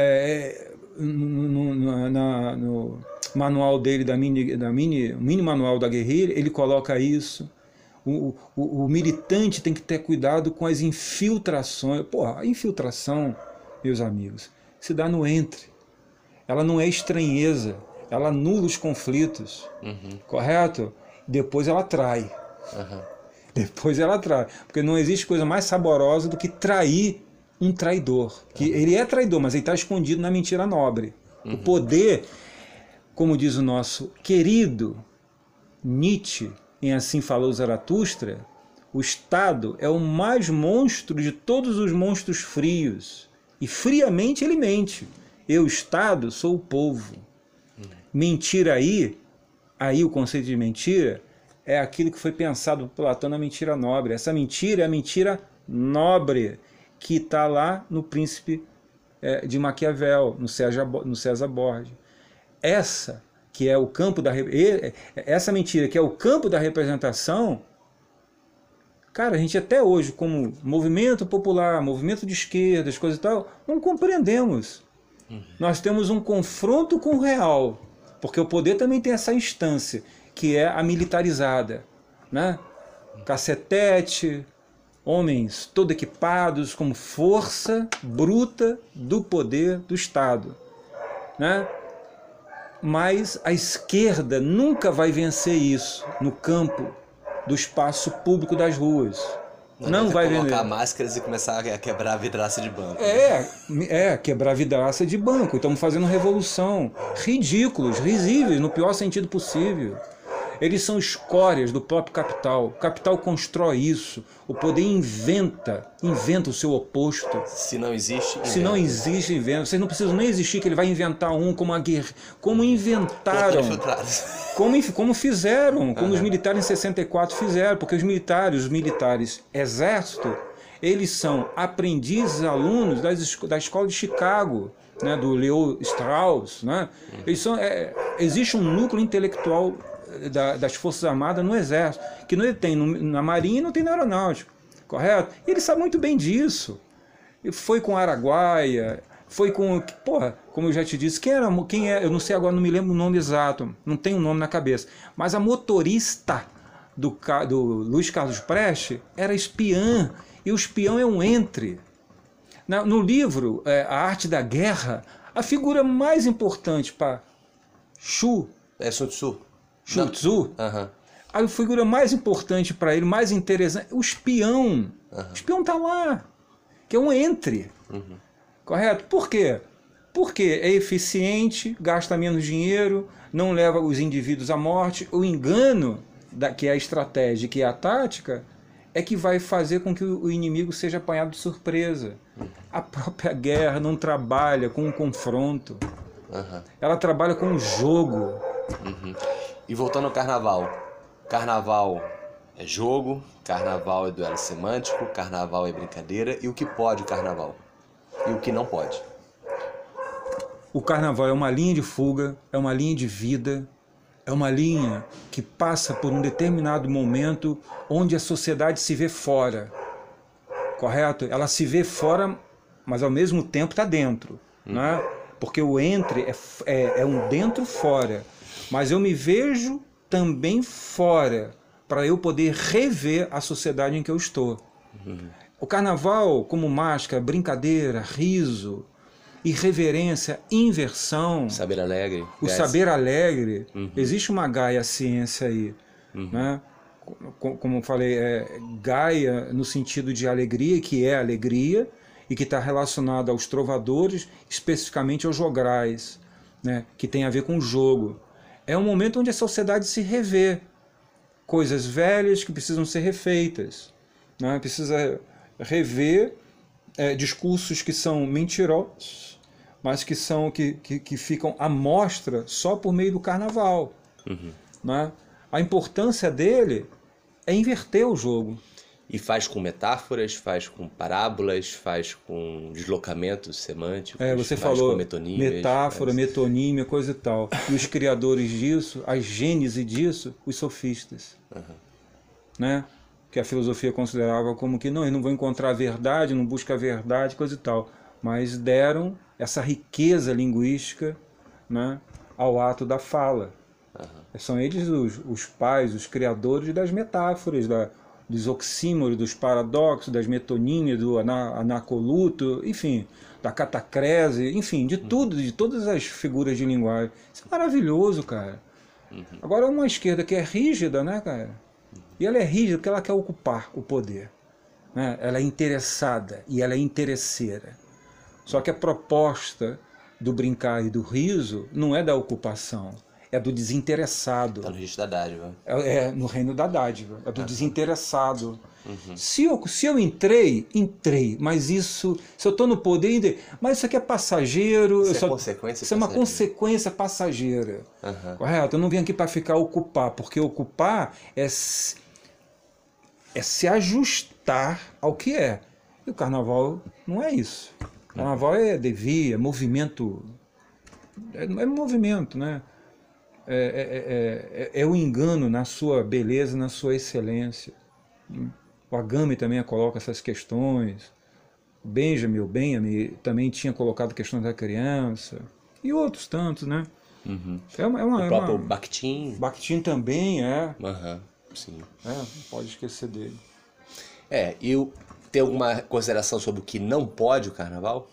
[SPEAKER 3] no manual dele, mini manual da guerrilha, ele coloca isso. O militante tem que ter cuidado com as infiltrações. A infiltração, meus amigos, se dá no entre. Ela não é estranheza, ela anula os conflitos, correto? Depois ela trai. Depois ela trai. Porque não existe coisa mais saborosa do que trair um traidor. Que ele é traidor, mas ele está escondido na mentira nobre. O poder, como diz o nosso querido Nietzsche, em Assim Falou Zaratustra, o Estado é o mais monstro de todos os monstros frios. E friamente ele mente. Eu, Estado, sou o povo. Mentir aí, aí o conceito de mentira é aquilo que foi pensado por Platão na mentira nobre. Essa mentira é a mentira nobre que está lá no Príncipe de Maquiavel, no César Borgia. Essa que é o campo essa mentira que é o campo da representação, cara, a gente até hoje, como movimento popular, movimento de esquerda, as coisas e tal, não compreendemos. Nós temos um confronto com o real, porque o poder também tem essa instância, que é a militarizada, né? Cacetete, homens todo equipados como força bruta do poder do Estado, né? Mas a esquerda nunca vai vencer isso no campo do espaço público das ruas. Não vai
[SPEAKER 2] colocar máscaras e começar a quebrar a vidraça de banco.
[SPEAKER 3] Quebrar a vidraça de banco. Estamos fazendo revolução. Ridículos, risíveis, no pior sentido possível. Eles são escórias do próprio capital. O capital constrói isso. O poder inventa o seu oposto.
[SPEAKER 2] Se não existe, inventa.
[SPEAKER 3] Se não existe, inventa. Vocês não precisam nem existir que ele vai inventar um como a guerra. Como inventaram. Como fizeram, como os militares em 64 fizeram. Porque os militares exército, eles são aprendizes, alunos da escola de Chicago, né, do Leo Strauss. Né? Eles são, existe um núcleo intelectual das Forças Armadas no Exército, que não tem na Marinha e não tem na Aeronáutica, correto? E ele sabe muito bem disso. Foi com Araguaia, foi com... Porra, como eu já te disse, quem é? Eu não sei agora, não me lembro o nome exato, não tenho o nome na cabeça, mas a motorista do Luiz Carlos Prestes era espiã, e o espião é um entre. No livro A Arte da Guerra, a figura mais importante para Sun Tzu, a figura mais importante para ele, mais interessante, o espião. O espião está lá, que é um entre. Correto? Por quê? Porque é eficiente, gasta menos dinheiro, não leva os indivíduos à morte. O engano, que é a estratégia, que é a tática, é que vai fazer com que o inimigo seja apanhado de surpresa. A própria guerra não trabalha com um confronto. Ela trabalha com um jogo.
[SPEAKER 2] E voltando ao carnaval. Carnaval é jogo, carnaval é duelo semântico, carnaval é brincadeira. E o que pode o carnaval? E o que não pode?
[SPEAKER 3] O carnaval é uma linha de fuga, é uma linha de vida, é uma linha que passa por um determinado momento onde a sociedade se vê fora. Correto? Ela se vê fora, mas ao mesmo tempo está dentro. Né? Porque o entre é um dentro-fora. Mas eu me vejo também fora, para eu poder rever a sociedade em que eu estou. O carnaval, como máscara, brincadeira, riso, irreverência, inversão.
[SPEAKER 2] Saber alegre.
[SPEAKER 3] O saber alegre. Existe uma Gaia ciência aí. Né? Como eu falei, Gaia no sentido de alegria, que é alegria, e que está relacionada aos trovadores, especificamente aos jograis, né? Que tem a ver com o jogo. É um momento onde a sociedade se revê. Coisas velhas que precisam ser refeitas. Né? Precisa rever discursos que são mentirosos, mas que ficam à mostra só por meio do carnaval. Né? A importância dele é inverter o jogo.
[SPEAKER 2] E faz com metáforas, faz com parábolas, faz com deslocamentos semânticos,
[SPEAKER 3] você
[SPEAKER 2] faz
[SPEAKER 3] falou
[SPEAKER 2] com metonímias,
[SPEAKER 3] metáfora, metonímia, coisa e tal. E os criadores disso, a gênese disso, os sofistas. Né? Que a filosofia considerava como que não, eles não vão encontrar a verdade, não busca a verdade, coisa e tal. Mas deram essa riqueza linguística, né, ao ato da fala. São eles os pais, os criadores das metáforas, dos oxímoros, dos paradoxos, das metonímias, do anacoluto, enfim, da catacrese, enfim, de tudo, de todas as figuras de linguagem. Isso é maravilhoso, cara. Agora, uma esquerda que é rígida, né, cara? E ela é rígida porque ela quer ocupar o poder. Né? Ela é interessada e ela é interesseira. Só que a proposta do brincar e do riso não é da ocupação, é do desinteressado.
[SPEAKER 2] Está no registro da dádiva.
[SPEAKER 3] É no reino da dádiva, é do desinteressado. Se eu entrei, mas isso, se eu estou no poder, entrei. Mas isso aqui é passageiro.
[SPEAKER 2] Isso é consequência
[SPEAKER 3] isso é uma consequência passageira. Correto? Eu não vim aqui para ficar ocupar, porque ocupar é se ajustar ao que é. E o carnaval não é isso. O carnaval é devir, é movimento. É movimento, né? É o engano na sua beleza, na sua excelência. O Agame também coloca essas questões. O Benjamin também tinha colocado questões da criança. E outros tantos, né?
[SPEAKER 2] O próprio Bakhtin.
[SPEAKER 3] Bakhtin também é.
[SPEAKER 2] Sim.
[SPEAKER 3] Não pode esquecer dele.
[SPEAKER 2] E tem alguma consideração sobre o que não pode o carnaval?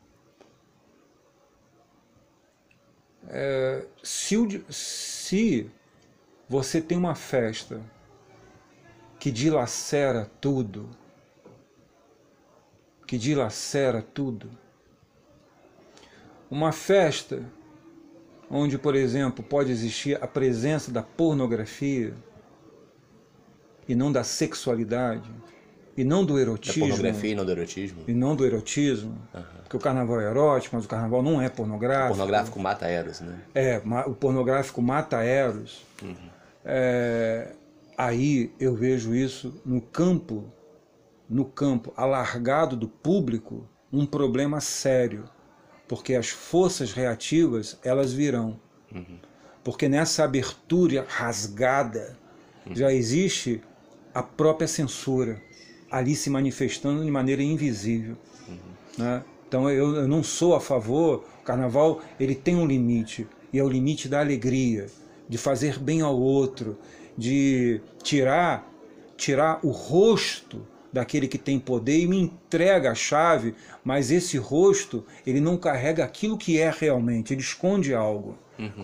[SPEAKER 3] Se você tem uma festa que dilacera tudo, uma festa onde, por exemplo, pode existir a presença da pornografia e não da sexualidade, e não do erotismo.
[SPEAKER 2] Da pornografia e não do erotismo.
[SPEAKER 3] E não do erotismo. Porque o carnaval é erótico, mas o carnaval não é pornográfico.
[SPEAKER 2] O pornográfico mata Eros, né?
[SPEAKER 3] O pornográfico mata Eros. Aí eu vejo isso no campo alargado do público, um problema sério. Porque as forças reativas, elas virão. Porque nessa abertura rasgada já existe a própria censura ali se manifestando de maneira invisível. Né? Então eu não sou a favor. O carnaval ele tem um limite, e é o limite da alegria, de fazer bem ao outro, de tirar o rosto daquele que tem poder e me entrega a chave, mas esse rosto ele não carrega aquilo que é realmente, ele esconde algo.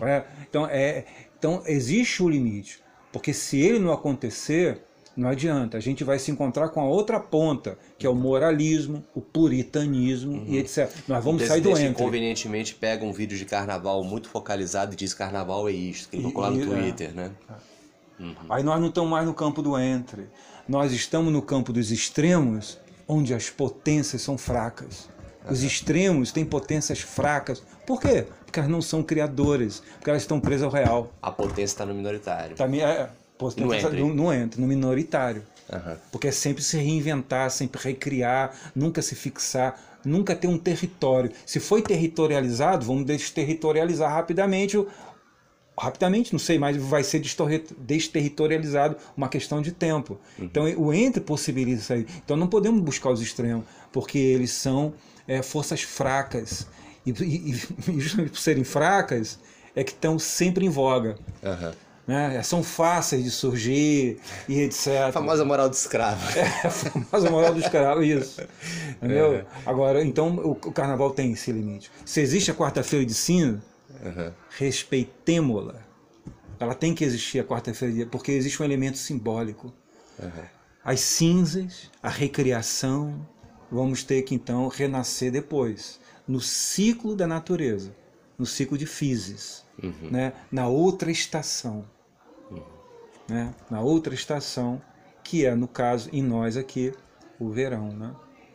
[SPEAKER 3] Então existe o limite, porque se ele não acontecer, não adianta, a gente vai se encontrar com a outra ponta, que é o moralismo, o puritanismo e etc. Nós vamos sair do entre.
[SPEAKER 2] Convenientemente pega um vídeo de carnaval muito focalizado e diz carnaval é isto, que ele vai colar no Twitter, né?
[SPEAKER 3] Aí nós não estamos mais no campo do entre. Nós estamos no campo dos extremos, onde as potências são fracas. Os extremos têm potências fracas. Por quê? Porque elas não são criadoras, porque elas estão presas ao real.
[SPEAKER 2] A potência está no minoritário.
[SPEAKER 3] Não entra, no minoritário. Porque é sempre se reinventar, sempre recriar, nunca se fixar, nunca ter um território. Se foi territorializado, vamos desterritorializar rapidamente. Não sei, mas vai ser desterritorializado, uma questão de tempo. Então o entre possibilita isso aí. Então não podemos buscar os extremos, porque eles são forças fracas. E justamente por serem fracas, é que estão sempre em voga. Né? São fáceis de surgir e etc.
[SPEAKER 2] A famosa moral do escravo.
[SPEAKER 3] A famosa moral do escravo, isso. Entendeu? Agora, então o carnaval tem esse limite. Se existe a quarta-feira de cinza, respeitemo-la. Ela tem que existir a quarta-feira, porque existe um elemento simbólico. As cinzas, a recriação, vamos ter que então renascer depois, no ciclo da natureza, no ciclo de Físis, né? Na outra estação. Né? Na outra estação, que é, no caso, em nós aqui, o verão. Né?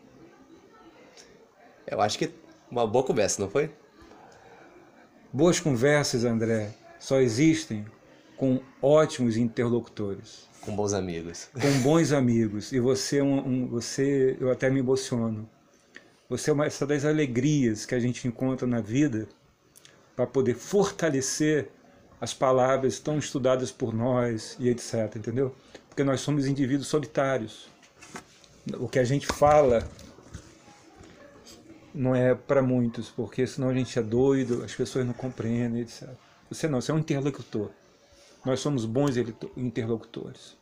[SPEAKER 2] Eu acho que uma boa conversa, não foi?
[SPEAKER 3] Boas conversas, André, só existem com ótimos interlocutores.
[SPEAKER 2] Com bons amigos.
[SPEAKER 3] Com bons amigos. E você, eu até me emociono. Você é uma das alegrias que a gente encontra na vida para poder fortalecer as palavras tão estudadas por nós e etc, entendeu? Porque nós somos indivíduos solitários. O que a gente fala não é para muitos, porque senão a gente é doido, as pessoas não compreendem, etc. Você não, você é um interlocutor. Nós somos bons interlocutores.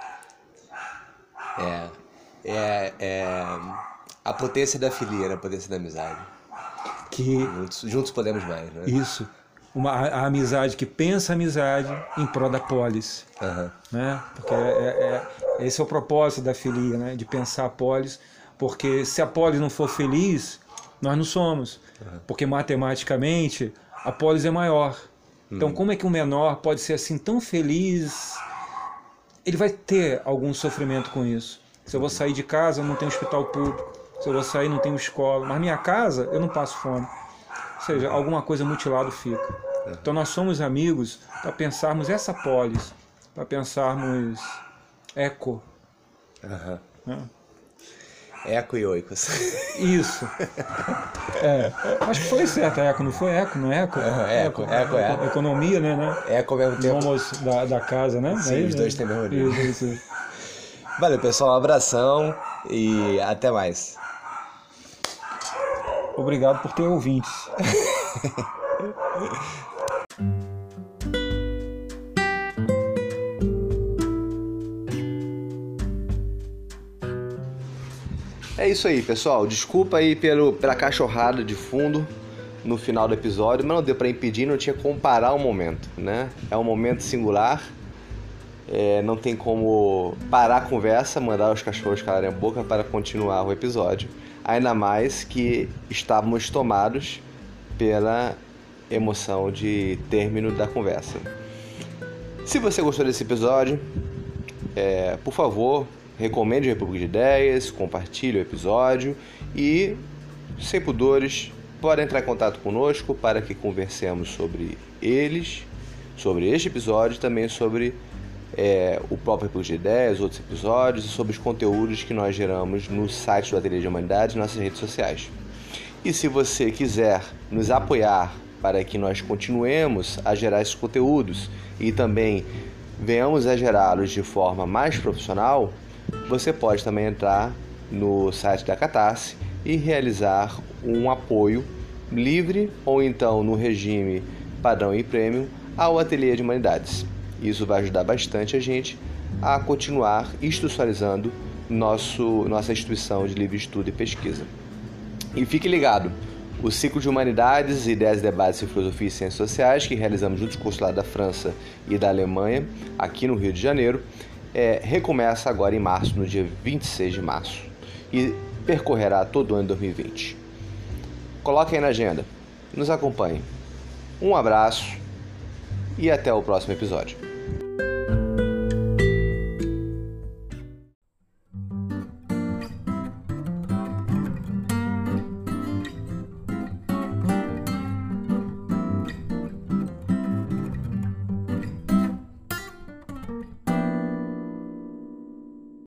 [SPEAKER 2] A potência da filia, a potência da amizade.
[SPEAKER 3] Que
[SPEAKER 2] juntos podemos mais, né?
[SPEAKER 3] Isso. A amizade que pensa a amizade em prol da polis. Né? Porque esse é o propósito da filia, né? De pensar a polis, porque se a polis não for feliz, nós não somos. Porque matematicamente a polis é maior. Então, como é que um menor pode ser assim tão feliz? Ele vai ter algum sofrimento com isso. Se eu vou sair de casa, não tem hospital público. Se eu vou sair, não tem escola. Mas minha casa, eu não passo fome. Ou seja, alguma coisa mutilado fica. Então, nós somos amigos para pensarmos essa polis, para pensarmos eco.
[SPEAKER 2] Eco e oikos.
[SPEAKER 3] Isso. Acho que foi certo, eco, não foi eco, não é eco?
[SPEAKER 2] Eco.
[SPEAKER 3] Economia, né?
[SPEAKER 2] Eco ao mesmo tempo.
[SPEAKER 3] Nomos da casa, né?
[SPEAKER 2] Sim, os dois têm mesmo nível.
[SPEAKER 3] Isso.
[SPEAKER 2] Valeu, pessoal, um abração e até mais.
[SPEAKER 3] Obrigado por ter ouvintes.
[SPEAKER 2] É isso aí, pessoal. Desculpa aí pela cachorrada de fundo no final do episódio, mas não deu para impedir, não tinha como parar o momento, né? É um momento singular, não tem como parar a conversa, mandar os cachorros calarem a boca para continuar o episódio. Ainda mais que estávamos tomados pela emoção de término da conversa. Se você gostou desse episódio, por favor, recomende o República de Ideias, compartilhe o episódio e, sem pudores, pode entrar em contato conosco para que conversemos sobre eles, sobre este episódio, também sobre o próprio República de Ideias, outros episódios e sobre os conteúdos que nós geramos no site do Ateliê de Humanidades e nossas redes sociais. E se você quiser nos apoiar para que nós continuemos a gerar esses conteúdos e também venhamos a gerá-los de forma mais profissional, você pode também entrar no site da Catarse e realizar um apoio livre ou então no regime padrão e premium ao Ateliê de Humanidades. Isso vai ajudar bastante a gente a continuar institucionalizando nossa instituição de livre estudo e pesquisa. E fique ligado, o ciclo de Humanidades, Ideias, Debates em Filosofia e Ciências Sociais, que realizamos junto com o Consulado da França e da Alemanha, aqui no Rio de Janeiro, recomeça agora em março, no dia 26 de março, e percorrerá todo o ano de 2020. Coloque aí na agenda, nos acompanhe. Um abraço e até o próximo episódio.